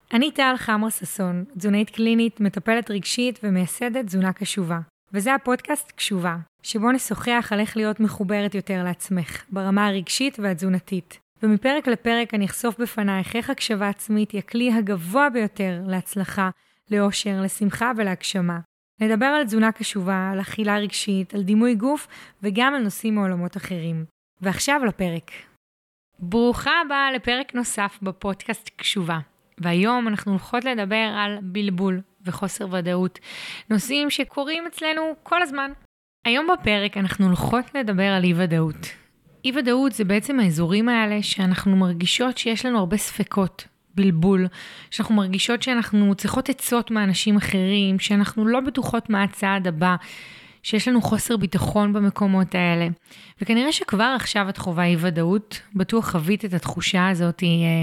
אני טל חמרה ששון, תזונאית קלינית, מטפלת רגשית ומייסדת תזונה קשובה. וזה הפודקאסט קשובה, שבו נשוחח על איך להיות מחוברת יותר לעצמך, ברמה הרגשית והתזונתית. ומפרק לפרק אני אחשוף בפנייך איך הקשבה עצמית היא הכלי הגבוה ביותר להצלחה, לאושר, לשמחה ולהגשמה. נדבר על תזונה קשובה, על אכילה רגשית, על דימוי גוף וגם על נושאים מעולמות אחרים. ועכשיו לפרק. ברוכה הבאה לפרק נוסף בפודקאסט קשובה. והיום אנחנו הולכות לדבר על בלבול וחוסר ודאות, נושאים שקורים אצלנו כל הזמן. היום בפרק אנחנו הולכות לדבר על אי-ודאות. אי-ודאות זה בעצם האזורים האלה שאנחנו מרגישות שיש לנו הרבה ספקות, בלבול, שאנחנו מרגישות שאנחנו צריכות עצות מאנשים אחרים, שאנחנו לא בטוחות מה הצעד הבא, שיש לנו חוסר ביטחון במקומות האלה. וכנראה שכבר עכשיו את חווה אי-ודאות, בטוח חווית את התחושה הזאת,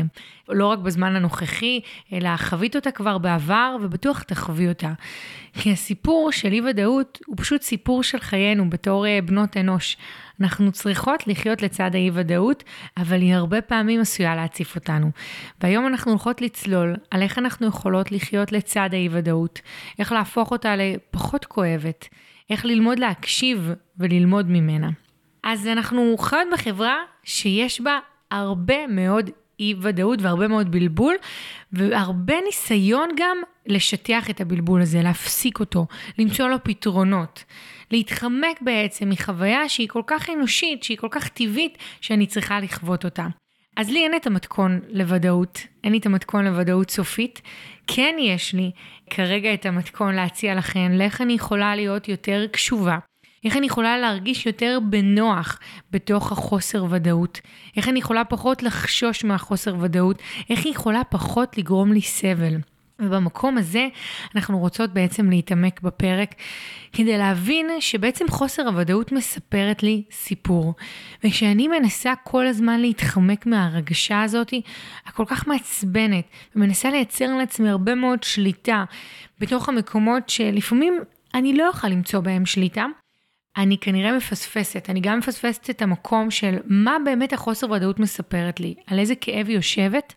לא רק בזמן הנוכחי, אלא חווית אותה כבר בעבר, ובטוח תחווי אותה. כי הסיפור של אי-ודאות הוא פשוט סיפור של חיינו בתור בנות אנוש. אנחנו צריכות לחיות לצד האי-ודאות, אבל היא הרבה פעמים עשויה להציף אותנו. והיום אנחנו הולכות לצלול על איך אנחנו יכולות לחיות לצד האי-ודאות, איך להפוך אותה לפחות כואבת, איך ללמוד להקשיב וללמוד ממנה. אז אנחנו חיות בחברה שיש בה הרבה מאוד אי-ודאות והרבה מאוד בלבול, והרבה ניסיון גם לשטח את הבלבול הזה, להפסיק אותו, למצוא לו פתרונות, להתחמק בעצם מחוויה שהיא כל כך אנושית, שהיא כל כך טבעית, שאני צריכה לחוות אותה. אז לי אין את המתכון לוודאות, אין לי את המתכון לוודאות סופית, כן יש לי כרגע את המתכון להציע לכן, לאיך אני יכולה להיות יותר קשובה, איך אני יכולה להרגיש יותר בנוח בתוך החוסר ודאות, איך אני יכולה פחות לחשוש מהחוסר ודאות, איך היא יכולה פחות לגרום לי סבל. ובמקום הזה אנחנו רוצות בעצם להתעמק בפרק, כדי להבין שבעצם חוסר הוודאות מספרת לי סיפור. וכשאני מנסה כל הזמן להתחמק מהרגשה הזאת, הכל כך מעצבנת, ומנסה לייצר לעצמי הרבה מאוד שליטה, בתוך המקומות שלפעמים אני לא אוכל למצוא בהם שליטה, אני כנראה מפספסת, אני גם מפספסת את המקום של מה באמת החוסר ודאות מספרת לי, על איזה כאב היא יושבת,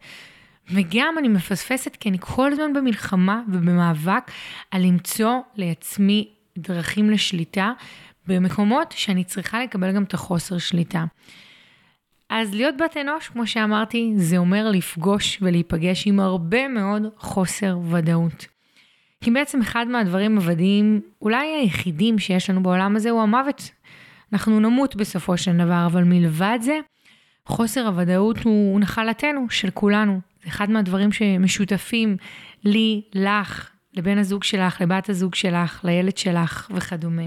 וגם אני מפספסת כי אני כל הזמן במלחמה ובמאבק על למצוא לעצמי דרכים לשליטה במקומות שאני צריכה לקבל גם את החוסר שליטה. אז להיות בת אנוש, כמו שאמרתי, זה אומר לפגוש ולהיפגש עם הרבה מאוד חוסר ודאות. כי בעצם אחד מהדברים הוודאים, אולי היחידים שיש לנו בעולם הזה הוא המוות. אנחנו נמות בסופו של דבר, אבל מלבד זה, חוסר הוודאות הוא נחלתנו של כולנו. זה אחד מהדברים שמשותפים לי, לך, לבן הזוג שלך, לבת הזוג שלך, לילד שלך וכדומה.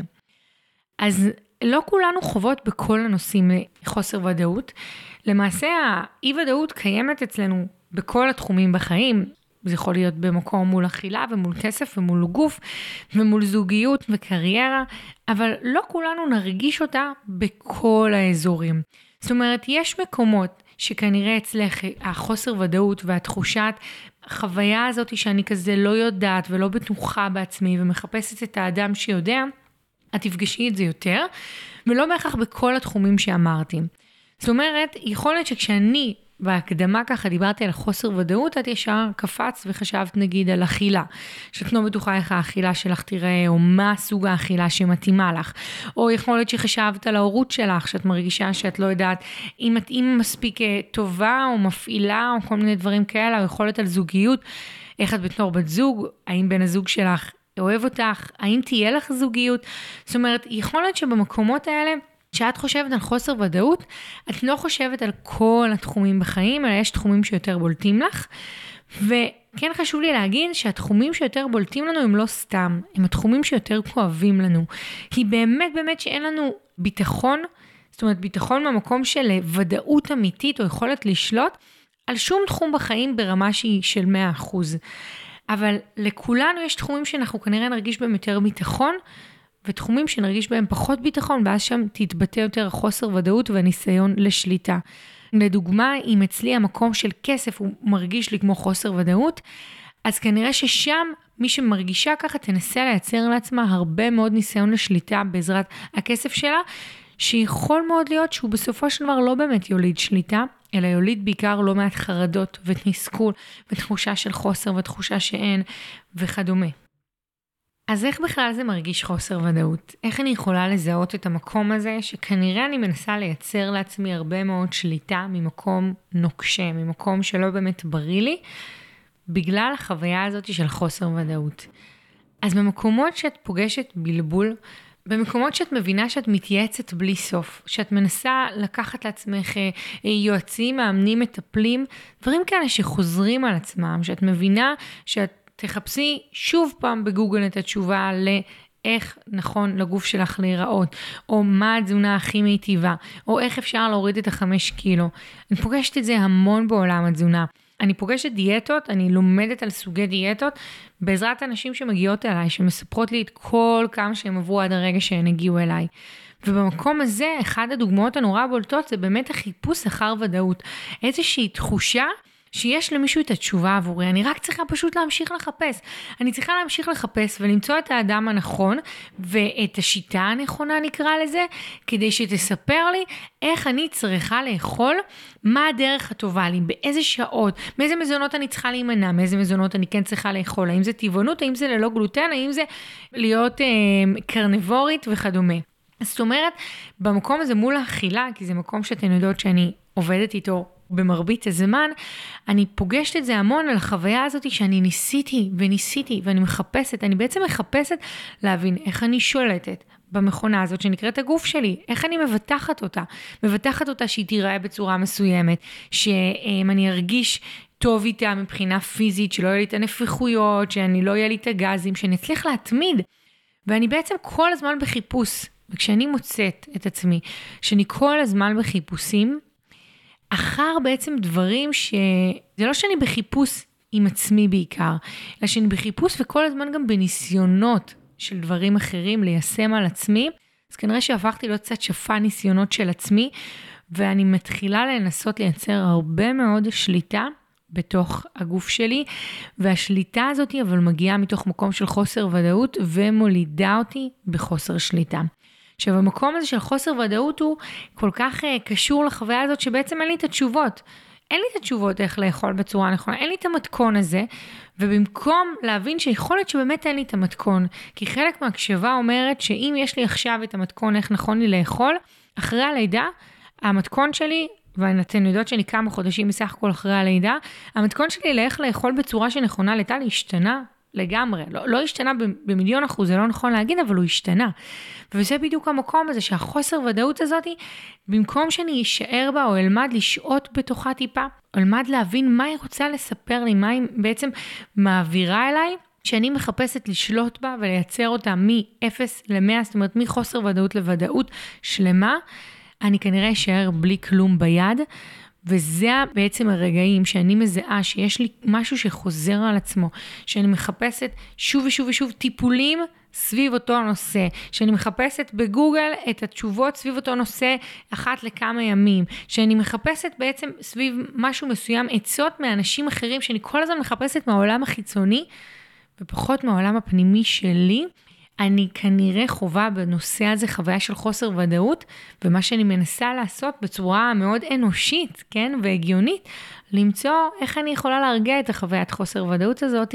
אז לא כולנו חוות בכל הנושאים חוסר ודאות. למעשה האי-ודאות קיימת אצלנו בכל התחומים בחיים. זה יכול להיות במקום מול אכילה ומול כסף ומול גוף ומול זוגיות וקריירה, אבל לא כולנו נרגיש אותה בכל האזורים. זאת אומרת, יש מקומות שכנראה אצלך החוסר ודאות והתחושת החוויה הזאת שאני כזה לא יודעת ולא בטוחה בעצמי ומחפשת את האדם שיודע, את תפגשי את זה יותר, ולא בהכרח בכל התחומים שאמרתי. זאת אומרת, יכול להיות שכשאני בהקדמה ככה דיברתי על חוסר ודאות, את ישר קפץ וחשבת נגיד על אכילה, שאת לא בטוחה איך האכילה שלך תראה, או מה סוג האכילה שמתאימה לך, או יכול להיות שחשבת על ההורות שלך, שאת מרגישה שאת לא יודעת אם את אימא מספיק טובה או מפעילה, או כל מיני דברים כאלה, או יכול להיות על זוגיות, איך את בתור בת זוג, האם בן הזוג שלך אוהב אותך, האם תהיה לך זוגיות, זאת אומרת, יכול להיות שבמקומות האלה, כשאת חושבת על חוסר ודאות, את לא חושבת על כל התחומים בחיים, אלא יש תחומים שיותר בולטים לך, וכן חשוב לי להגיד שהתחומים שיותר בולטים לנו הם לא סתם, הם התחומים שיותר כואבים לנו, כי באמת שאין לנו ביטחון, זאת אומרת ביטחון מהמקום של ודאות אמיתית או יכולת לשלוט, על שום תחום בחיים ברמה שהיא של 100%. אבל לכולנו יש תחומים שאנחנו כנראה נרגיש בהם יותר ביטחון, ותחומים שנרגיש בהם פחות ביטחון, ואז שם תתבטא יותר חוסר ודאות והניסיון לשליטה. לדוגמה, אם אצלי המקום של כסף הוא מרגיש לי כמו חוסר ודאות, אז כנראה ששם מי שמרגישה ככה תנסה לייצר לעצמה הרבה מאוד ניסיון לשליטה בעזרת הכסף שלה, שיכול מאוד להיות שהוא בסופו של דבר לא באמת יוליד שליטה, אלא יוליד בעיקר לא מעט חרדות ותסכול ותחושה של חוסר ותחושה שאין וכדומה. אז איך בכלל זה מרגיש חוסר ודאות? איך אני יכולה לזהות את המקום הזה שכנראה אני מנסה לייצר לעצמי הרבה מאוד שליטה ממקום נוקשה, ממקום שלא באמת בריא לי, בגלל החוויה הזאת של חוסר ודאות. אז במקומות שאת פוגשת בלבול, במקומות שאת מבינה שאת מתייעצת בלי סוף, שאת מנסה לקחת לעצמך יועצים, מאמנים, מטפלים, דברים כאלה שחוזרים על עצמם, שאת מבינה שאת תחפשי שוב פעם בגוגל את התשובה לאיך נכון לגוף שלך להיראות, או מה התזונה הכי מיטיבה, או איך אפשר להוריד את 5 קילו. אני פוגשת את זה המון בעולם התזונה. אני פוגשת דיאטות, אני לומדת על סוגי דיאטות, בעזרת אנשים שמגיעות אליי, שמספרות לי את כל כמה שהם עברו עד הרגע שהן הגיעו אליי. ובמקום הזה, אחד הדוגמאות הנורא בולטות, זה באמת החיפוש אחר ודאות. איזושהי תחושה שיש למישהו את התשובה עבורי, אני רק צריכה פשוט להמשיך לחפש. אני צריכה להמשיך לחפש ולמצוא את האדם הנכון, ואת השיטה הנכונה נקרא לזה, כדי שתספר לי איך אני צריכה לאכול, מה הדרך הטובה לי, באיזה שעות, מאיזה מזונות אני צריכה להימנע, מאיזה מזונות אני כן צריכה לאכול, האם זה טבעונות, האם זה ללא גלוטן, האם זה להיות קרניבורית וכדומה. זאת אומרת, במקום הזה מול האכילה, כי זה מקום שאתן יודעות שאני עובדת איתו במרבית הזמן, אני פוגשת את זה המון על החוויה הזאת שאני ניסיתי ואני מחפשת, אני בעצם מחפשת להבין איך אני שולטת במכונה הזאת שנקראת הגוף שלי, איך אני מבטחת אותה שהיא תיראה בצורה מסוימת, שאני ארגיש טוב איתה מבחינה פיזית, שלא יהיה לי את הנפיחויות, שאני לא יהיה לי את הגזים, שאני אצליח להתמיד, ואני בעצם כל הזמן בחיפוש, וכשאני מוצאת את עצמי, שאני כל הזמן בחיפושים, אחר בעצם דברים זה לא שאני בחיפוש עם עצמי בעיקר, אלא שאני בחיפוש וכל הזמן גם בניסיונות של דברים אחרים ליישם על עצמי, אז כנראה שהפכתי להיות קצת שפה ניסיונות של עצמי, ואני מתחילה לנסות לייצר הרבה מאוד שליטה בתוך הגוף שלי, והשליטה הזאת אבל מגיעה מתוך מקום של חוסר ודאות, ומולידה אותי בחוסר שליטה. עכשיו, המקום הזה של חוסר ודאות הוא כל כך קשור לחוויה הזאת שבעצם אין לי את התשובות. אין לי את התשובות איך לאכול בצורה נכונה, אין לי את המתכון הזה, ובמקום להבין שיכול להיות שבאמת אין לי את המתכון, כי חלק מהקשבה אומרת שאם יש לי עכשיו את המתכון איך נכון לי לאכול, אחרי הלידה, המתכון שלי, ואתן יודעות שאני כמה חודשים בסך הכל אחרי הלידה, המתכון שלי לאיך לאכול בצורה שנכונה לטל השתנה לגמרי, לא השתנה ב1,000,000%, זה לא נכון להגיד, אבל הוא השתנה. וזה בדיוק המקום הזה, שהחוסר ודאות הזאת, במקום שאני אשאר בה, או אלמד לשעות בתוכה טיפה, או אלמד להבין מה היא רוצה לספר לי, מה היא בעצם מעבירה אליי, שאני מחפשת לשלוט בה, ולייצר אותה מ-0 ל-100, זאת אומרת, מחוסר ודאות לוודאות שלמה, אני כנראה אשאר בלי כלום ביד, וזה בעצם הרגעים שאני מזהה שיש לי משהו שחוזר על עצמו, שאני מחפשת שוב ושוב ושוב טיפולים סביב אותו נושא, שאני מחפשת בגוגל את התשובות סביב אותו נושא אחת לכמה ימים, שאני מחפשת בעצם סביב משהו מסוים עצות מאנשים אחרים, שאני כל הזמן מחפשת מהעולם החיצוני, ופחות מהעולם הפנימי שלי, אני כנראה חובה בנושא הזה חוויה של חוסר ודאות, ומה שאני מנסה לעשות בצורה מאוד אנושית, כן, והגיונית, למצוא איך אני יכולה להרגיע את החוויית חוסר ודאות הזאת,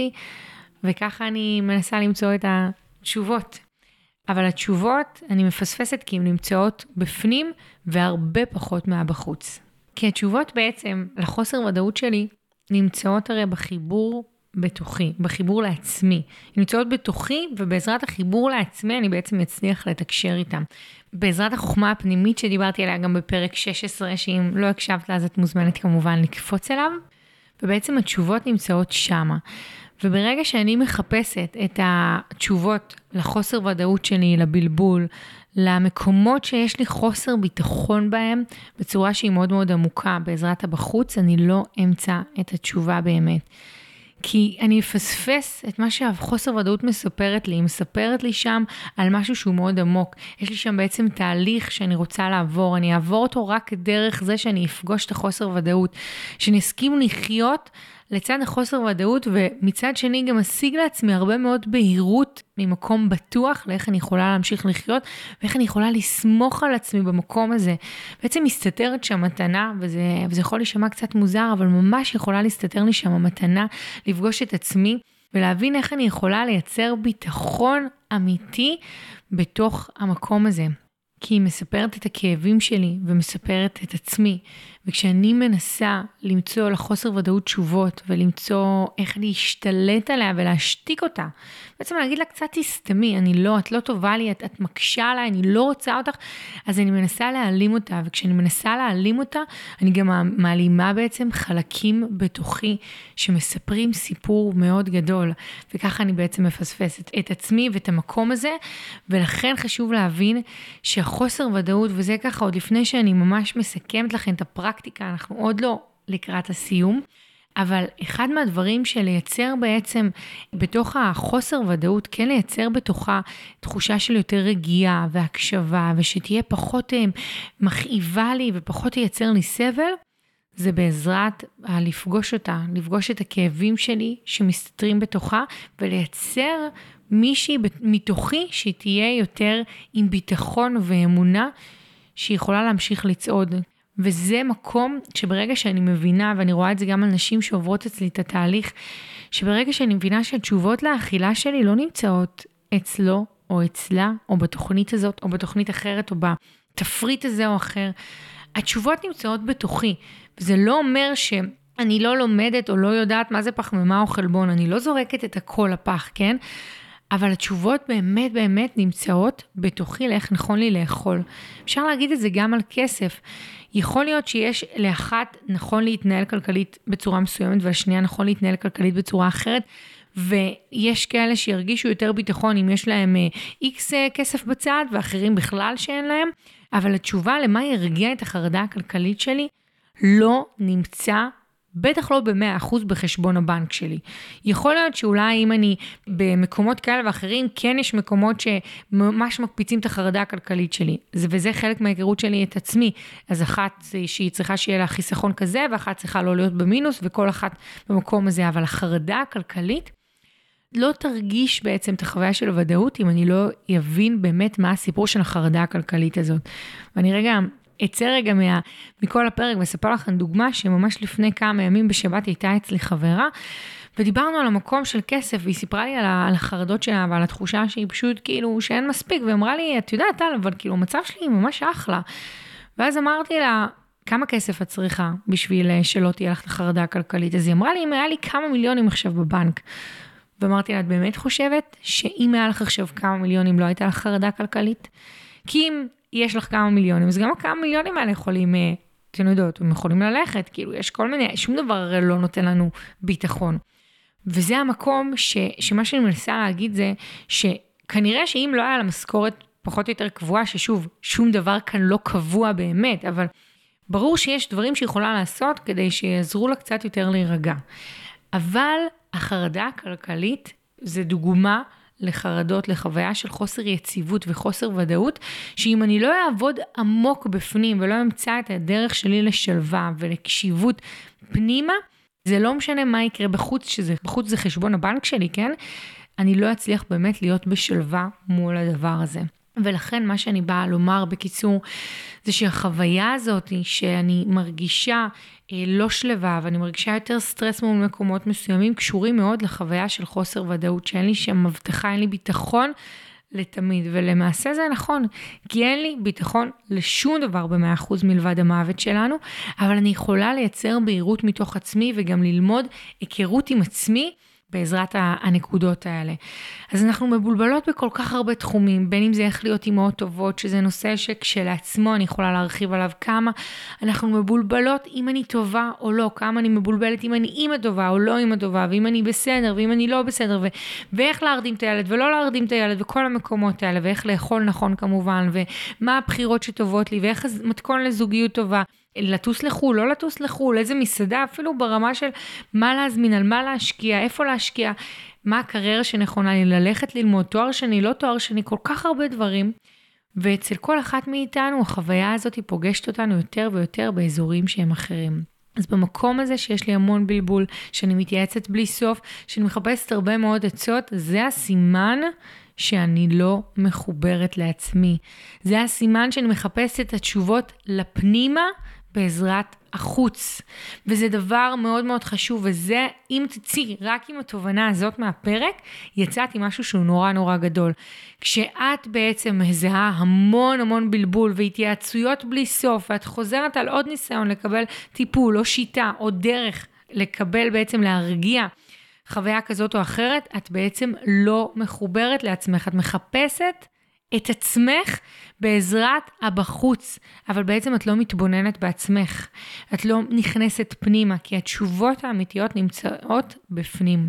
וככה אני מנסה למצוא את התשובות. אבל התשובות אני מפספסת כי הן נמצאות בפנים, והרבה פחות מהבחוץ. כי התשובות בעצם לחוסר ודאות שלי, נמצאות הרי בחיבור בתוכי, בחיבור לעצמי. הן נמצאות בתוכי, ובעזרת החיבור לעצמי אני בעצם אצליח לתקשר איתם. בעזרת החוכמה הפנימית שדיברתי עליה גם בפרק 16, שאם לא הקשבת לה, אז את מוזמנת כמובן לקפוץ אליו, ובעצם התשובות נמצאות שמה. וברגע שאני מחפשת את התשובות לחוסר ודאות שלי, לבלבול, למקומות שיש לי חוסר ביטחון בהם, בצורה שהיא מאוד מאוד עמוקה, בעזרת הבחוץ, אני לא אמצא את התשובה באמת. כי אני אפספס את מה שהחוסר ודאות מספרת לי, היא מספרת לי שם על משהו שהוא מאוד עמוק. יש לי שם בעצם תהליך שאני רוצה לעבור, אני אעבור אותו רק דרך זה שאני אפגוש את החוסר ודאות, שאני אסכים לחיות לצד החוסר ודאות, ומצד שני גם אשיג לעצמי הרבה מאוד בהירות ממקום בטוח, לאיך אני יכולה להמשיך לחיות, ואיך אני יכולה לסמוך על עצמי במקום הזה. בעצם מסתתרת שם מתנה, וזה יכול להישמע קצת מוזר, אבל ממש יכולה להסתתר לי שם המתנה, לפגוש את עצמי, ולהבין איך אני יכולה לייצר ביטחון אמיתי בתוך המקום הזה. כי היא מספרת את הכאבים שלי ומספרת את עצמי. וכשאני מנסה למצוא לחוסר ודאות תשובות ולמצוא איך להשתלט עליה ולהשתיק אותה, בעצם להגיד לה קצת תסתמי, את לא טובה לי, את מקשה עליי, אני לא רוצה אותך, אז אני מנסה להעלים אותה, וכשאני מנסה להעלים אותה, אני גם מעלימה בעצם חלקים בתוכי שמספרים סיפור מאוד גדול, וככה אני בעצם מפספסת את עצמי ואת המקום הזה, ולכן חשוב להבין שהחוסר ודאות, וזה ככה עוד לפני שאני ממש מסכמת לכם את הפרקטיקה, אנחנו עוד לא לקראת הסיום, אבל אחד מהדברים של לייצר בעצם בתוך החוסר ודאות, כן לייצר בתוכה תחושה של יותר רגיעה והקשבה, ושתהיה פחות מכאיבה לי ופחות תייצר לי סבל, זה בעזרת לפגוש אותה, לפגוש את הכאבים שלי שמסתתרים בתוכה, ולייצר מישהי מתוכי שתהיה יותר עם ביטחון ואמונה, שהיא יכולה להמשיך לצעוד. וזה מקום שברגע שאני מבינה, ואני רואה את זה גם על נשים שעוברות אצלי את התהליך, שברגע שאני מבינה שהתשובות לאכילה שלי לא נמצאות אצלו או אצלה, או בתוכנית הזאת, או בתוכנית אחרת, או בתפריט הזה או אחר, התשובות נמצאות בתוכי. וזה לא אומר שאני לא לומדת או לא יודעת מה זה פחמימה או חלבון, אני לא זורקת את הכל לפח, כן? אבל התשובות באמת באמת נמצאות בתוכי לאיך נכון לי לאכול. אפשר להגיד את זה גם על כסף. יכול להיות שיש לאחת נכון להתנהל כלכלית בצורה מסוימת, ולשנייה נכון להתנהל כלכלית בצורה אחרת, ויש כאלה שירגישו יותר ביטחון אם יש להם X כסף בצד, ואחרים בכלל שאין להם, אבל התשובה למה ירגיע את החרדה הכלכלית שלי, לא נמצא בטח לא ב100% בחשבון הבנק שלי. יכול להיות שאולי אם אני במקומות כאלה ואחרים, כן יש מקומות שממש מקפיצים את החרדה הכלכלית שלי. וזה חלק מההיכרות שלי את עצמי. אז אחת שהיא צריכה שיהיה לה חיסכון כזה, ואחת צריכה לא להיות במינוס, וכל אחת במקום הזה. אבל החרדה הכלכלית לא תרגיש בעצם את החוויה של הוודאות, אם אני לא יבין באמת מה הסיפור של החרדה הכלכלית הזאת. ואני אצא רגע מכל הפרק וספר לכם דוגמה שממש לפני כמה ימים בשבת הייתה אצלי חברה, ודיברנו על המקום של כסף, והיא סיפרה לי על החרדות שלה ועל התחושה שהיא פשוט כאילו שאין מספיק, ואמרה לי, את יודעת, אבל כאילו המצב שלי ממש אחלה. ואז אמרתי לה, כמה כסף את צריכה בשביל שלא תהיה לך את החרדה הכלכלית? אז היא אמרה לי, אם היה לי כמה מיליונים עכשיו בבנק. ואמרתי לה, את באמת חושבת שאם היה לך עכשיו כמה מיליונים לא הייתה לך חרדה כלכלית? כי אם יש לך כמה מיליונים, אז גם הכמה מיליונים האלה יכולים, אתם יודעות, הם יכולים ללכת, כאילו יש כל מיני, שום דבר הרי לא נותן לנו ביטחון. וזה המקום שמה שאני מנסה להגיד זה, שכנראה שאם לא היה לה משכורת פחות או יותר קבועה, ששוב, שום דבר כאן לא קבוע באמת, אבל ברור שיש דברים שיכולה לעשות כדי שיעזרו לה קצת יותר להירגע. אבל החרדה הכלכלית זה דוגמה לחרדות, לחוויה של חוסר יציבות וחוסר ודאות, שאם אני לא אעבוד עמוק בפנים ולא אמצא את הדרך שלי לשלווה ולקשיבות פנימה, זה לא משנה מה יקרה בחוץ, בחוץ זה חשבון הבנק שלי, כן? אני לא אצליח באמת להיות בשלווה מול הדבר הזה. ולכן מה שאני באה לומר בקיצור, זה שהחוויה הזאת שאני מרגישה לא שלווה, ואני מרגישה יותר סטרס מול מקומות מסוימים, קשורים מאוד לחוויה של חוסר ודאות, שאין לי שם מבטחה, אין לי ביטחון לתמיד, ולמעשה זה נכון, כי אין לי ביטחון לשום דבר ב100% מלבד המוות שלנו, אבל אני יכולה לייצר בהירות מתוך עצמי, וגם ללמוד היכרות עם עצמי, בעזרת הנקודות האלה. אז אנחנו מבולבלות בכל כך הרבה תחומים, בין אם זה איך להיות אימהות טובות, שזה נושא שכשלעצמו אני יכולה להרחיב עליו כמה, אנחנו מבולבלות אם אני טובה או לא, כמה אני מבולבלת אם אני אימא טובה או לא אימא טובה, ואם אני בסדר ואם אני לא בסדר, ואיך להרדים את הילד ולא להרדים את הילד, וכל המקומות האלה, ואיך לאכול נכון כמובן, ומה הבחירות שטובות לי, ואיך מתכון לזוגיות טובה, לטוס לחול, לא לטוס לחול, איזה מסעדה, אפילו ברמה של מה להזמין, על מה להשקיע, איפה להשקיע, מה הקריירה שנכונה לי, ללכת ללמוד, תואר שני, לא תואר שני, כל כך הרבה דברים, ואצל כל אחת מאיתנו, החוויה הזאת היא פוגשת אותנו יותר ויותר באזורים שהם אחרים. אז במקום הזה שיש לי המון בלבול, שאני מתייעצת בלי סוף, שאני מחפשת הרבה מאוד עצות, זה הסימן שאני לא מחוברת לעצמי. זה הסימן שאני מחפשת את התשובות לפנימה בעזרת החוץ. וזה דבר מאוד מאוד חשוב, וזה, אם תצאי רק עם התובנה הזאת מהפרק, יצאת עם משהו שהוא נורא נורא גדול. כשאת בעצם מזהה המון המון בלבול והתייעצויות בלי סוף, ואת חוזרת על עוד ניסיון לקבל טיפול או שיטה או דרך לקבל בעצם להרגיע חוויה כזאת או אחרת, את בעצם לא מחוברת לעצמך, את מחפשת את עצמך בעזרת הבחוץ, אבל בעצם את לא מתבוננת בעצמך, את לא נכנסת פנימה, כי התשובות האמיתיות נמצאות בפנים.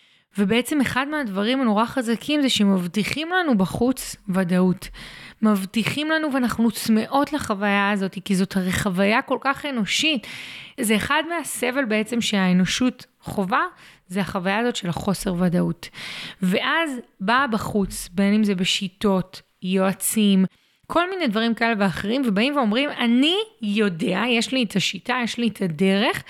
ובעצם אחד מהדברים הנורא חזקים זה שמבטיחים לנו בחוץ ודאות. מבטיחים לנו ואנחנו צמאות לחוויה הזאת, כי זאת הרי חוויה כל כך אנושית. זה אחד מהסבל בעצם שהאנושות חובה, זה החוויה הזאת של החוסר ודאות. ואז באה בחוץ, בין אם זה בשיטות, יועצים, כל מיני דברים כאלה ואחרים, ובאים ואומרים, אני יודע, יש לי את השיטה, יש לי את הדרך,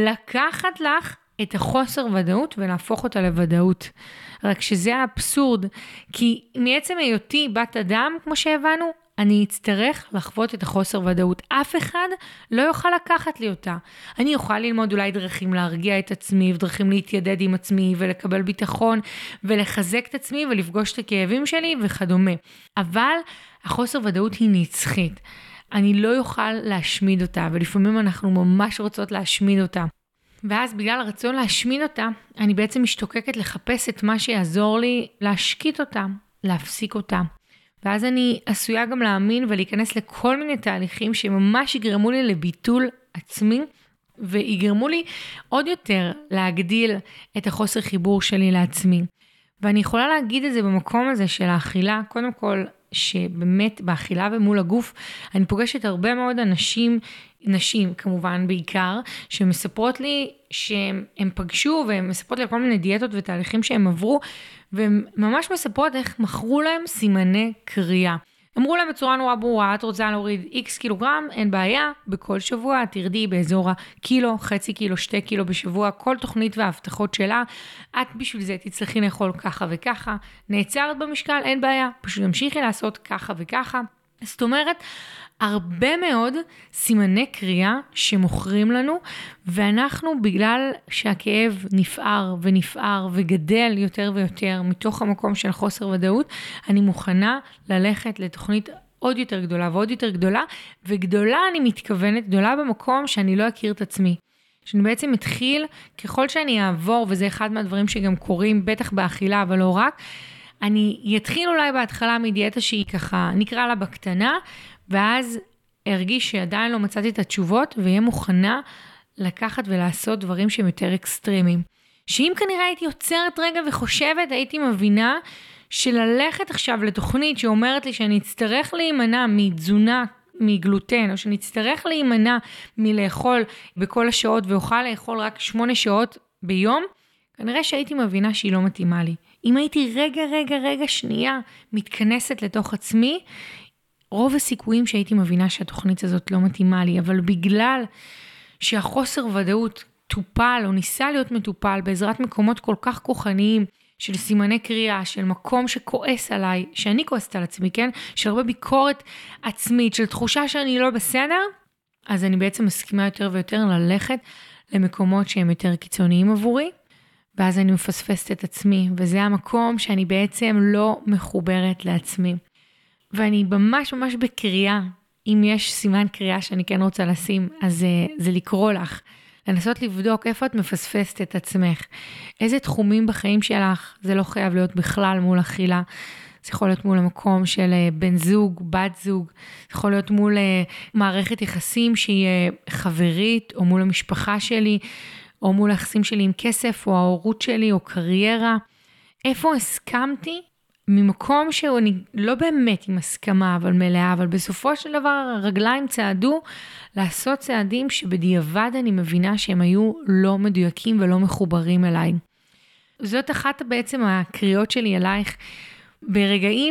לקחת לך את החוסר ודאות ולהפוך אותה לוודאות. רק שזה האבסורד, כי מעצם היותי בת אדם, כמו שהבנו, אני אצטרך לחוות את החוסר ודאות. אף אחד לא יוכל לקחת לי אותה. אני אוכל ללמוד אולי דרכים להרגיע את עצמי, ודרכים להתיידד עם עצמי, ולקבל ביטחון, ולחזק את עצמי, ולפגוש את הכאבים שלי, וכדומה. אבל החוסר ודאות היא נצחית. אני לא יוכל להשמיד אותה, ולפעמים אנחנו ממש רוצות להשמיד אותה. ואז בגלל הרצון להשמיד אותה, אני בעצם משתוקקת לחפש את מה שיעזור לי להשקיט אותה, להפסיק אותה. ואז אני עשויה גם להאמין ולהיכנס לכל מיני תהליכים שממש יגרמו לי לביטול עצמי, ויגרמו לי עוד יותר להגדיל את החוסר חיבור שלי לעצמי. ואני יכולה להגיד את זה במקום הזה של האכילה, קודם כל שבאמת באכילה ומול הגוף, אני פוגשת הרבה מאוד נשים כמובן בעיקר, שמספרות לי שהם פגשו, והן מספרות לי על כל מיני דיאטות ותהליכים שהם עברו, והן ממש מספרות איך מכרו להם סימני קריאה. אמרו להם בצורה נורא ברורה, את רוצה להוריד X קילוגרם, אין בעיה, בכל שבוע תרדי באזור הקילו, חצי קילו, 2 קילו בשבוע, כל תוכנית וההבטחות שלה, את בשביל זה תצטרכי לאכול ככה וככה, נעצרת במשקל, אין בעיה, פשוט תמשיכי לעשות ככה וככה. זאת אומרת, הרבה מאוד סימני קריאה שמוכרים לנו, ואנחנו בגלל שהכאב נפער ונפער וגדל יותר ויותר מתוך המקום של חוסר ודאות, אני מוכנה ללכת לתוכנית עוד יותר גדולה ועוד יותר גדולה, וגדולה אני מתכוונת, גדולה במקום שאני לא אכיר את עצמי. שאני בעצם מתחיל, ככל שאני אעבור, וזה אחד מהדברים שגם קורים, בטח באכילה, אבל לא רק, אני אתחיל אולי בהתחלה מדיאטה שהיא ככה, נקרא לה בקטנה, ואז ארגיש שעדיין לא מצאתי את התשובות, ויהיה מוכנה לקחת ולעשות דברים שהם יותר אקסטרימיים. שאם כנראה הייתי יוצרת רגע וחושבת, הייתי מבינה שללכת עכשיו לתוכנית שאומרת לי שאני אצטרך להימנע מתזונה מגלוטן, או שאני אצטרך להימנע מלאכול בכל השעות, ואוכל לאכול רק 8 שעות ביום, כנראה שהייתי מבינה שהיא לא מתאימה לי. אם הייתי רגע שנייה מתכנסת לתוך עצמי, רוב הסיכויים שהייתי מבינה שהתוכנית הזאת לא מתאימה לי, אבל בגלל שהחוסר ודאות טופל או ניסה להיות מטופל בעזרת מקומות כל כך כוחניים של סימני קריאה, של מקום שכועס עליי, שאני כועסת על עצמי, כן? של הרבה ביקורת עצמית, של תחושה שאני לא בסדר, אז אני בעצם מסכימה יותר ויותר ללכת למקומות שהם יותר קיצוניים עבורי, ואז אני מפספסת את עצמי, וזה המקום שאני בעצם לא מחוברת לעצמי. ואני ממש בקריאה, אם יש סימן קריאה שאני כן רוצה לשים, אז זה לקרוא לך, לנסות לבדוק איפה את מפספסת את עצמך, איזה תחומים בחיים שלך, זה לא חייב להיות בכלל מול אכילה, זה יכול להיות מול המקום של בן זוג, בת זוג, זה יכול להיות מול מערכת יחסים שהיא חברית, או מול המשפחה שלי, או מול היחסים שלי עם כסף, או ההורות שלי, או קריירה. איפה הסכמתי? ממקום שאני לא באמת עם הסכמה, אבל מלאה, אבל בסופו של דבר הרגליים צעדו לעשות צעדים שבדיעבד אני מבינה שהם היו לא מדויקים ולא מחוברים אליי. זאת אחת בעצם הקריאות שלי אלייך, ברגעים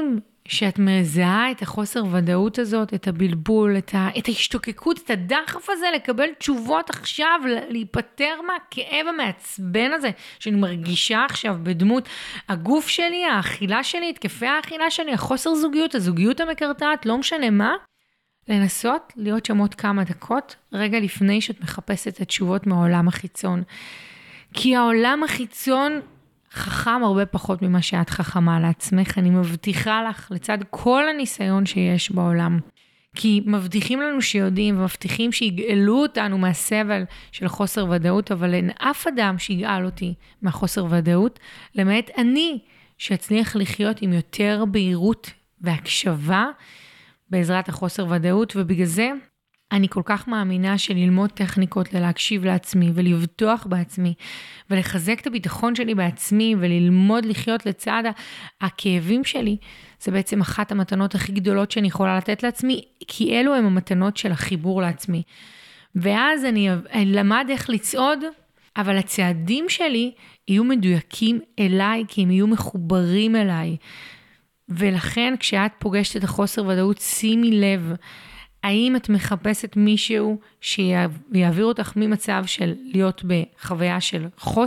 שאת מזהה את החוסר ודאות הזאת, את הבלבול, את ההשתוקקות, את הדחף הזה לקבל תשובות עכשיו, להיפטר מהכאב המעצבן הזה, שאני מרגישה עכשיו בדמות הגוף שלי, האכילה שלי, התקפי האכילה שלי, החוסר זוגיות, הזוגיות המקרטעת, לא משנה מה, לנסות להיות שם עוד כמה דקות, רגע לפני שאת מחפשת את התשובות מהעולם החיצון. כי העולם החיצון חכם הרבה פחות ממה שאת חכמה לעצמך, אני מבטיחה לך לצד כל הניסיון שיש בעולם. כי מבטיחים לנו שיודעים ומבטיחים שיגאלו אותנו מהסבל של חוסר ודאות, אבל אין אף אדם שיגאל אותי מהחוסר ודאות, למעט אני שאצליח לחיות עם יותר בהירות והקשבה בעזרת החוסר ודאות, ובגלל זה אני כל כך מאמינה שללמוד טכניקות ללהקשיב לעצמי ולבטוח בעצמי ולחזק את הביטחון שלי בעצמי וללמוד לחיות לצד הכאבים שלי, זה בעצם אחת המתנות הכי גדולות שאני יכולה לתת לעצמי, כי אלו הם המתנות של החיבור לעצמי. ואז אני למד איך לצעוד, אבל הצעדים שלי יהיו מדויקים אליי, כי הם יהיו מחוברים אליי. ולכן כשאת פוגשת את החוסר ודאות, שימי לב, האם את מחפשת מישהו שיעביר אותך ממצב של להיות בחוויה של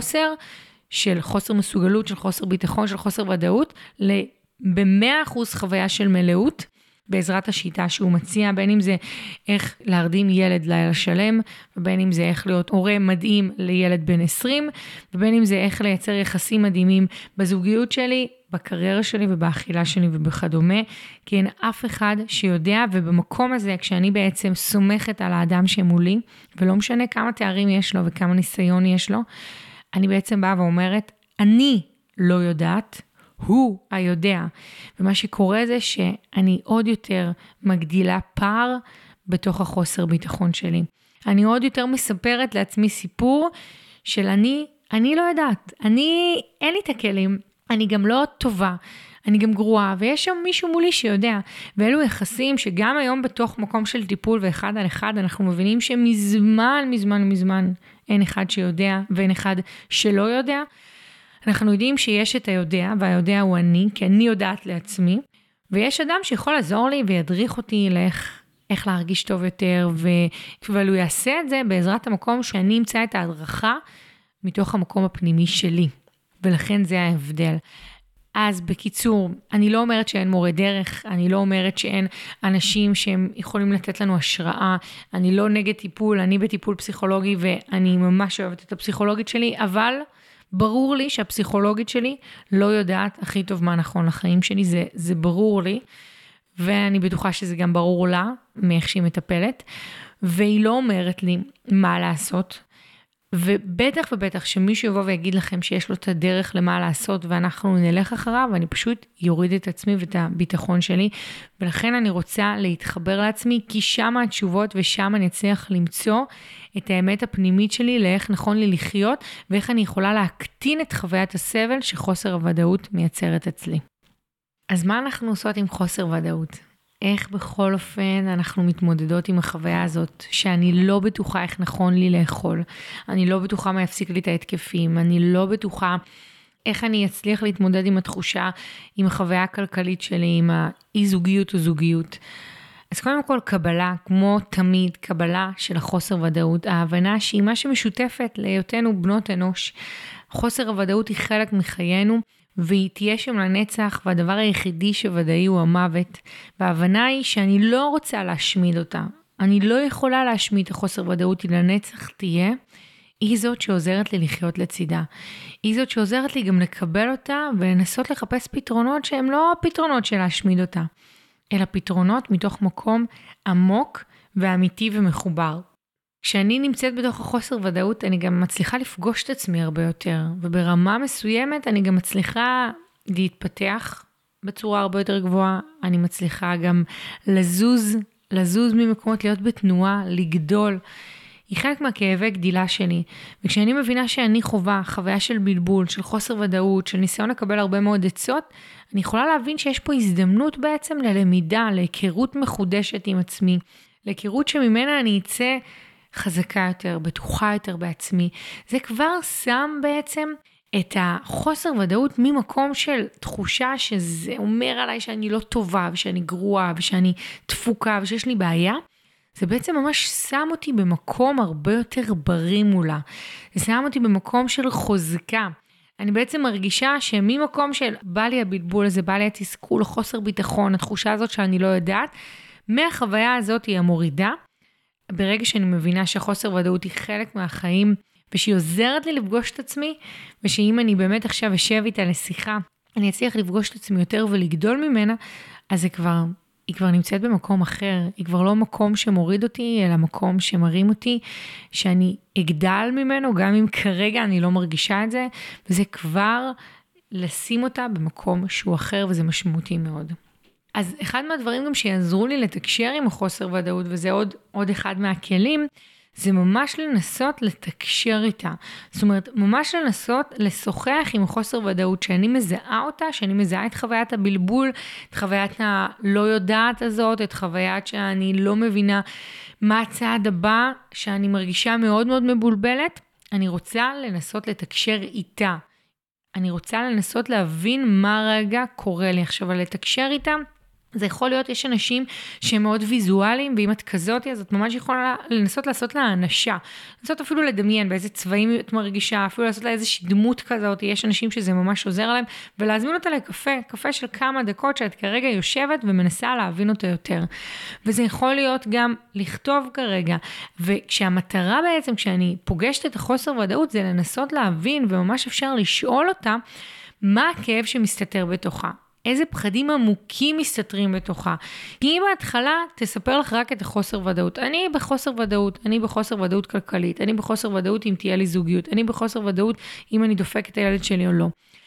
חוסר מסוגלות, של חוסר ביטחון, של חוסר ודאות, ב-100% חוויה של מלאות, בעזרת השיטה שהוא מציע, בין אם זה איך להרדים ילד לילה שלם, ובין אם זה איך להיות הורה מדהים לילד בן 20, ובין אם זה איך לייצר יחסים מדהימים בזוגיות שלי, בקריירה שלי ובאכילה שלי ובכדומה, כי אין אף אחד שיודע, ובמקום הזה, כשאני בעצם סומכת על האדם שמולי, ולא משנה כמה תארים יש לו וכמה ניסיון יש לו, אני בעצם באה ואומרת, אני לא יודעת, הוא היודע. ומה שקורה זה שאני עוד יותר מגדילה פער בתוך החוסר ביטחון שלי. אני עוד יותר מספרת לעצמי סיפור של אני לא יודעת, אין לי את הכלים, אני גם לא טובה, אני גם גרועה, ויש שם מישהו מולי שיודע, ואלו יחסים שגם היום בתוך מקום של טיפול ואחד על אחד, אנחנו מבינים שמזמן אין אחד שיודע ואין אחד שלא יודע. אנחנו יודעים שיש את היודע, והיודע הוא אני, כי אני יודעת לעצמי, ויש אדם שיכול לעזור לי וידריך אותי איך להרגיש טוב יותר, אבל הוא יעשה את זה בעזרת המקום שאני אמצא את ההדרכה מתוך המקום הפנימי שלי, ולכן זה ההבדל. אז בקיצור, אני לא אומרת שאין מורה דרך, אני לא אומרת שאין אנשים שהם יכולים לתת לנו השראה, אני לא נגד טיפול, אני בטיפול פסיכולוגי, ואני ממש אוהבת את הפסיכולוגית שלי, אבל ברור לי שהפסיכולוגית שלי לא יודעת הכי טוב מה נכון לחיים שלי, זה ברור לי, ואני בטוחה שזה גם ברור לה, מאיך שהיא מטפלת, והיא לא אומרת לי מה לעשות, ובטח שמישהו יבוא ויגיד לכם שיש לו את הדרך למה לעשות, ואנחנו נלך אחריו, ואני פשוט יוריד את עצמי ואת הביטחון שלי, ולכן אני רוצה להתחבר לעצמי, כי שם התשובות ושם אני אצליח למצוא את האמת הפנימית שלי, לאיך נכון לי לחיות, ואיך אני יכולה להקטין את חוויית הסבל שחוסר הוודאות מייצרת אצלי. אז מה אנחנו עושות עם חוסר ודאות? איך בכל אופן אנחנו מתמודדות עם החוויה הזאת, שאני לא בטוחה איך נכון לי לאכול, אני לא בטוחה מה יפסיק לי את ההתקפים, אני לא בטוחה איך אני אצליח להתמודד עם התחושה, עם החוויה הכלכלית שלי, עם האי-זוגיות או זוגיות. אז קודם כל קבלה, כמו תמיד, קבלה של החוסר ודאות, ההבנה שהיא מה שמשותפת להיותנו בנות אנוש. חוסר הוודאות היא חלק מחיינו, והיא תהיה שם לנצח, והדבר היחידי שוודאי הוא המוות. וההבנה היא שאני לא רוצה להשמיד אותה. אני לא יכולה להשמיד את החוסר ודאות, היא לנצח תהיה. היא זאת שעוזרת לי לחיות לצידה. היא זאת שעוזרת לי גם לקבל אותה, ולנסות לחפש פתרונות שהם לא פתרונות של להשמיד אותה, אלא פתרונות מתוך מקום עמוק ואמיתי ומחובר. כשאני נמצאת בתוך החוסר ודאות, אני גם מצליחה לפגוש את עצמי הרבה יותר, וברמה מסוימת אני גם מצליחה להתפתח בצורה הרבה יותר גבוהה, אני מצליחה גם לזוז ממקומות, להיות בתנועה, לגדול. היא חלק מהכאבי גדילה שלי, וכשאני מבינה שאני חווה חוויה של בלבול, של חוסר ודאות, של ניסיון לקבל הרבה מאוד עצות, אני יכולה להבין שיש פה הזדמנות בעצם ללמידה, להיכרות מחודשת עם עצמי, להיכרות שממנה אני אצא חזקה יותר, בטוחה יותר בעצמי. זה כבר שם בעצם את החוסר ודאות ממקום של תחושה שזה אומר עליי שאני לא טובה, ושאני גרועה, ושאני דפוקה, ושיש לי בעיה, זה בעצם ממש שם אותי במקום הרבה יותר בריא מולה. זה שם אותי במקום של חוזקה. אני בעצם מרגישה שממקום של בא לי הבלבול הזה, בא לי התסכול, חוסר ביטחון, התחושה הזאת שאני לא יודעת, מהחוויה הזאת היא המורידה. ברגע שאני מבינה שהחוסר ודאות היא חלק מהחיים, ושהיא עוזרת לי לפגוש את עצמי, ושאם אני באמת עכשיו אשב איתה לשיחה, אני אצליח לפגוש את עצמי יותר ולגדול ממנה, אז היא כבר נמצאת במקום אחר, היא כבר לא מקום שמוריד אותי, אלא מקום שמרים אותי, שאני אגדל ממנו, גם אם כרגע אני לא מרגישה את זה, וזה כבר לשים אותה במקום שהוא אחר, וזה משמעותי מאוד. אז אחד מהדברים גם שיעזרו לי לתקשר עם החוסר ודאות, וזה עוד אחד מהכלים, זה ממש לנסות לתקשר איתה. זאת אומרת, ממש לנסות לשוחח עם החוסר ודאות, שאני מזהה אותה, שאני מזהה את חוויית הבלבול, את חוויית הלא יודעת הזאת, את חוויית שאני לא מבינה מה הצעד הבא, שאני מרגישה מאוד מאוד מבולבלת. אני רוצה לנסות לתקשר איתה. אני רוצה לנסות להבין מה רגע קורה לי. עכשיו, לתקשר איתה, זה יכול להיות, יש אנשים שהם מאוד ויזואליים, ואם את כזאת, אז את ממש יכולה לנסות לעשות לה אנשה. לנסות אפילו לדמיין באיזה צבעים את מרגישה, אפילו לעשות לה איזושהי דמות כזאת, יש אנשים שזה ממש עוזר להם, ולהזמין אותה לקפה, קפה של כמה דקות, שאת כרגע יושבת ומנסה להבין אותה יותר. וזה יכול להיות גם לכתוב כרגע, וכשהמטרה בעצם, כשאני פוגשת את החוסר ודאות, זה לנסות להבין, וממש אפשר לשאול אותה, מה הכאב שמסתתר בתוכה. איזה פחדים עמוקים מסתתרים בתוכה. כי אם בהתחלה תספר לך רק את החוסר ודאות. אני בחוסר ודאות, אני בחוסר ודאות כלכלית, אני בחוסר ודאות אם תהיה לי זוגיות, אני בחוסר ודאות אם אני דופק את הילד שלי או לא.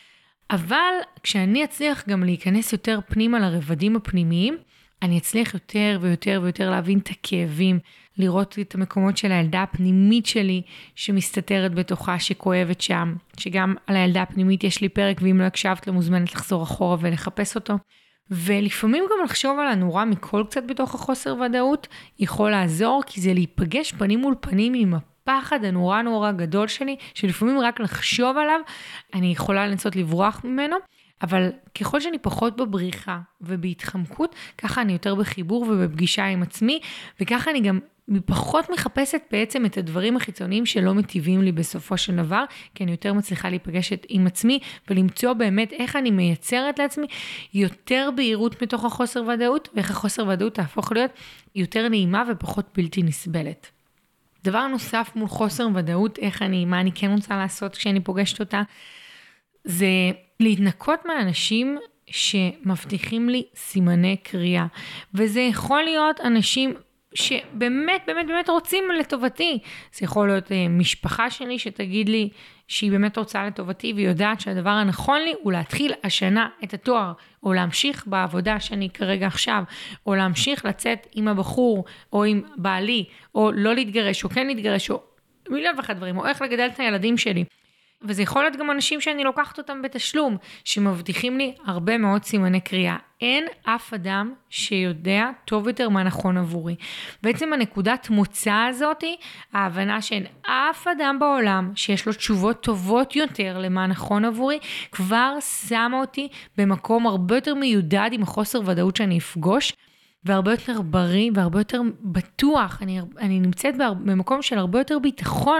אבל כשאני אצליח גם להיכנס יותר פנימה לרבדים הפנימיים, אני אצליח יותר ויותר ויותר להבין את הכאבים, לראות את המקומות של הילדה הפנימית שלי שמסתתרת בתוכה, שכואבת שם, שגם על הילדה הפנימית יש לי פרק, ואם לא הקשבת, לא מוזמנת לחזור אחורה ולחפש אותו. ולפעמים גם לחשוב על הנורא מכל קצת בתוך החוסר ודאות, יכול לעזור, כי זה להיפגש פנים מול פנים עם הפחד הנורא נורא גדול שלי, שלפעמים רק לחשוב עליו, אני יכולה לנסות לברוח ממנו, אבל ככל שאני פחות בבריחה ובהתחמקות, ככה אני יותר בחיבור ובפגישה עם עצמי, וככה אני גם פחות מחפשת בעצם את הדברים החיצוניים שלא מטיבים לי בסופו של דבר, כי אני יותר מצליחה להיפגש עם עצמי, ולמצוא באמת איך אני מייצרת לעצמי יותר בהירות מתוך החוסר ודאות, ואיך החוסר ודאות תהפוך להיות יותר נעימה ופחות בלתי נסבלת. דבר נוסף מול חוסר ודאות, מה אני כן רוצה לעשות כשאני פוגשת אותה, זה להתנקות מהאנשים שמבטיחים לי סימני קריאה. וזה יכול להיות אנשים שבאמת, באמת, באמת רוצים לטובתי. זה יכול להיות משפחה שלי שתגיד לי שהיא באמת רוצה לטובתי, והיא יודעת שהדבר הנכון לי הוא להתחיל השנה את התואר, או להמשיך בעבודה שאני כרגע עכשיו, או להמשיך לצאת עם הבחור, או עם בעלי, או לא להתגרש, או כן להתגרש, או מיליון ואחת דברים, או איך לגדל את הילדים שלי. וזה יכול להיות גם אנשים שאני לוקחת אותם בתשלום, שמבטיחים לי הרבה מאוד סימני קריאה. אין אף אדם שיודע טוב יותר מה נכון עבורי. בעצם הנקודת מוצא הזאת, ההבנה שאין אף אדם בעולם שיש לו תשובות טובות יותר למה נכון עבורי, כבר שמה אותי במקום הרבה יותר מיודד עם החוסר ודאות שאני אפגוש, והרבה יותר בריא והרבה יותר בטוח. אני נמצאת במקום של הרבה יותר ביטחון,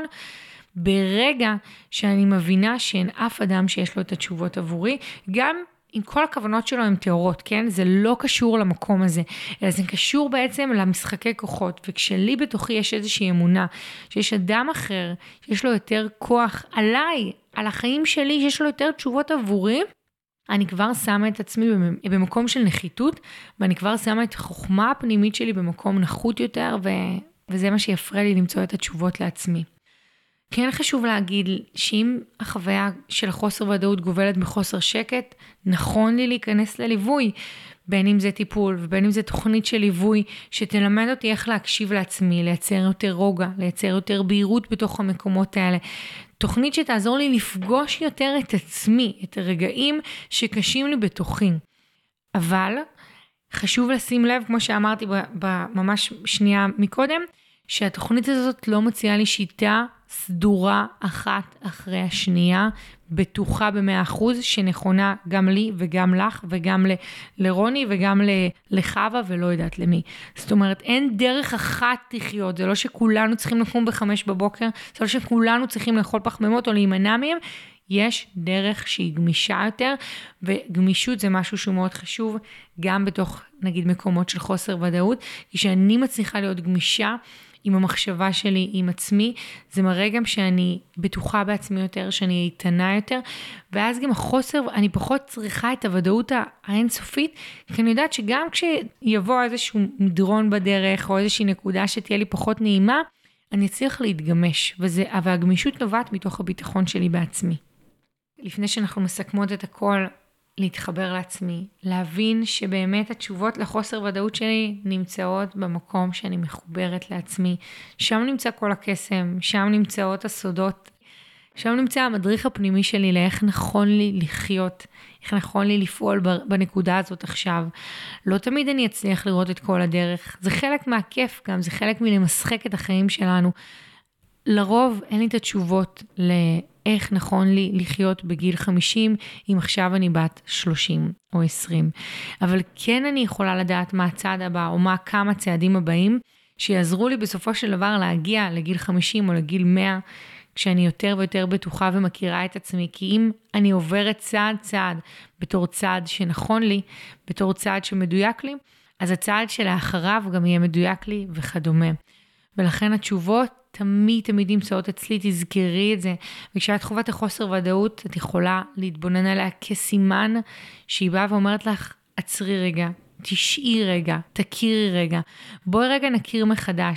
ברגע שאני מבינה שאין אף אדם שיש לו את התשובות עבורי, גם אם כל הכוונות שלו הן תיאורות, כן? זה לא קשור למקום הזה, אלא זה קשור בעצם למשחקי כוחות, וכשלי בתוכי יש איזושהי אמונה, שיש אדם אחר, שיש לו יותר כוח עליי, על החיים שלי, שיש לו יותר תשובות עבורי, אני כבר שמה את עצמי במקום של נחיתות, ואני כבר שמה את החוכמה הפנימית שלי במקום נחות יותר, וזה מה שיפריע לי למצוא את התשובות לעצמי. כן חשוב להגיד שאם החוויה של החוסר ודאות גובלת בחוסר שקט, נכון לי להיכנס לליווי, בין אם זה טיפול ובין אם זה תוכנית של ליווי, שתלמד אותי איך להקשיב לעצמי, לייצר יותר רוגע, לייצר יותר בהירות בתוך המקומות האלה. תוכנית שתעזור לי לפגוש יותר את עצמי, את הרגעים שקשים לי בתוכי. אבל חשוב לשים לב, כמו שאמרתי ממש שנייה מקודם, שהתוכנית הזאת לא מציעה לי שיטה סדורה אחת אחרי השנייה, בטוחה ב100% שנכונה גם לי וגם לך וגם לרוני וגם לחווה ולא יודעת למי. זאת אומרת, אין דרך אחת לחיות, זה לא שכולנו צריכים לקום ב5 בבוקר, זה לא שכולנו צריכים לאכול פחמימות או להימנע מהם, יש דרך שהיא גמישה יותר, וגמישות זה משהו שהוא מאוד חשוב, גם בתוך, נגיד, מקומות של חוסר ודאות, כי שאני מצליחה להיות גמישה עם המחשבה שלי, עם עצמי, זה מראה גם שאני בטוחה בעצמי יותר, שאני איתנה יותר, ואז גם החוסר, אני פחות צריכה את הוודאות האינסופית, כי אני יודעת שגם כשיבוא איזשהו מדרון בדרך, או איזושהי נקודה שתהיה לי פחות נעימה, אני אצליח להתגמש, והגמישות נובעת מתוך הביטחון שלי בעצמי. לפני שאנחנו מסכמות את הכל, להתחבר לעצמי, להבין שבאמת התשובות לחוסר ודאות שלי נמצאות במקום שאני מחוברת לעצמי. שם נמצא כל הקסם, שם נמצאות הסודות, שם נמצא המדריך הפנימי שלי לאיך נכון לי לחיות, איך נכון לי לפעול בנקודה הזאת עכשיו. לא תמיד אני אצליח לראות את כל הדרך, זה חלק מהכיף גם, זה חלק מלמשחק את החיים שלנו. לרוב אין לי את התשובות לאיך נכון לי לחיות בגיל 50, אם עכשיו אני בת 30 או 20. אבל כן אני יכולה לדעת מה הצעד הבא, או מה כמה צעדים הבאים, שיעזרו לי בסופו של דבר להגיע לגיל 50 או לגיל 100, כשאני יותר ויותר בטוחה ומכירה את עצמי. כי אם אני עוברת צעד צעד, בתור צעד שנכון לי, בתור צעד שמדויק לי, אז הצעד שלאחריו גם יהיה מדויק לי וכדומה. ולכן התשובות תמיד נמצאות אצלי, תזכרי את זה. וכשאת חווה את החוסר ודאות, את יכולה להתבונן עליה כסימן שהיא באה ואומרת לך, עצרי רגע, תשעי רגע, תכירי רגע. בואי רגע נכיר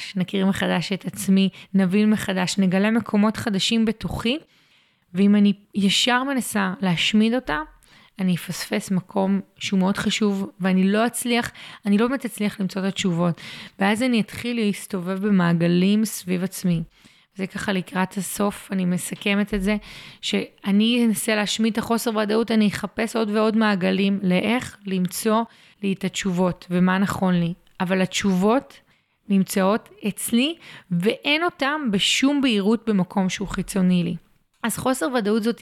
מחדש את עצמי, נבין מחדש, נגלה מקומות חדשים בתוכי, ואם אני ישר מנסה להשמיד אותה, אני אפספס מקום שהוא מאוד חשוב, ואני לא באמת אצליח למצוא את התשובות. ואז אני אתחיל להסתובב במעגלים סביב עצמי. זה ככה לקראת הסוף, אני מסכמת את זה, שאני אנסה להשמיד את החוסר ודאות, אני אחפש עוד ועוד מעגלים, לאיך למצוא לי את התשובות, ומה נכון לי. אבל התשובות נמצאות אצלי, ואין אותם בשום בהירות במקום שהוא חיצוני לי. אז חוסר ודאות זאת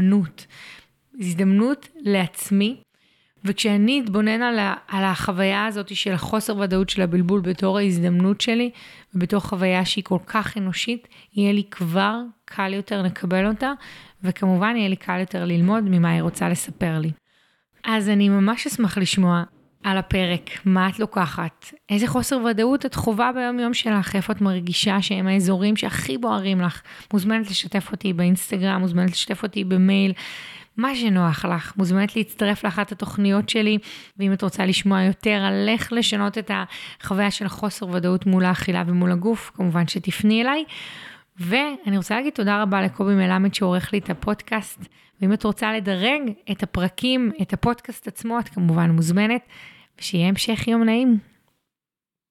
הזדמנות לעצמי, וכשאני אתבונן על החוויה הזאת של החוסר ודאות של הבלבול בתור ההזדמנות שלי, ובתור חוויה שהיא כל כך אנושית, יהיה לי כבר קל יותר לקבל אותה, וכמובן יהיה לי קל יותר ללמוד ממה היא רוצה לספר לי. אז אני ממש אשמח לשמוע על הפרק, מה את לוקחת, איזה חוסר ודאות את חובה ביום יום שלך, איפה את מרגישה שהם האזורים שהכי בוערים לך, מוזמנת לשתף אותי באינסטגרם, מוזמנת לשתף אותי במייל, מה שנוח לך, מוזמנת להצטרף לאחת התוכניות שלי, ואם את רוצה לשמוע יותר על איך לשנות את החוויה של חוסר ודאות מול האכילה ומול הגוף, כמובן שתפני אליי, ואני רוצה להגיד תודה רבה לקובי מלמד שעורך לי את הפודקאסט, ואם את רוצה לדרג את הפרקים, את הפודקאסט עצמו, את כמובן מוזמנת, ושיהיה המשך יום נעים.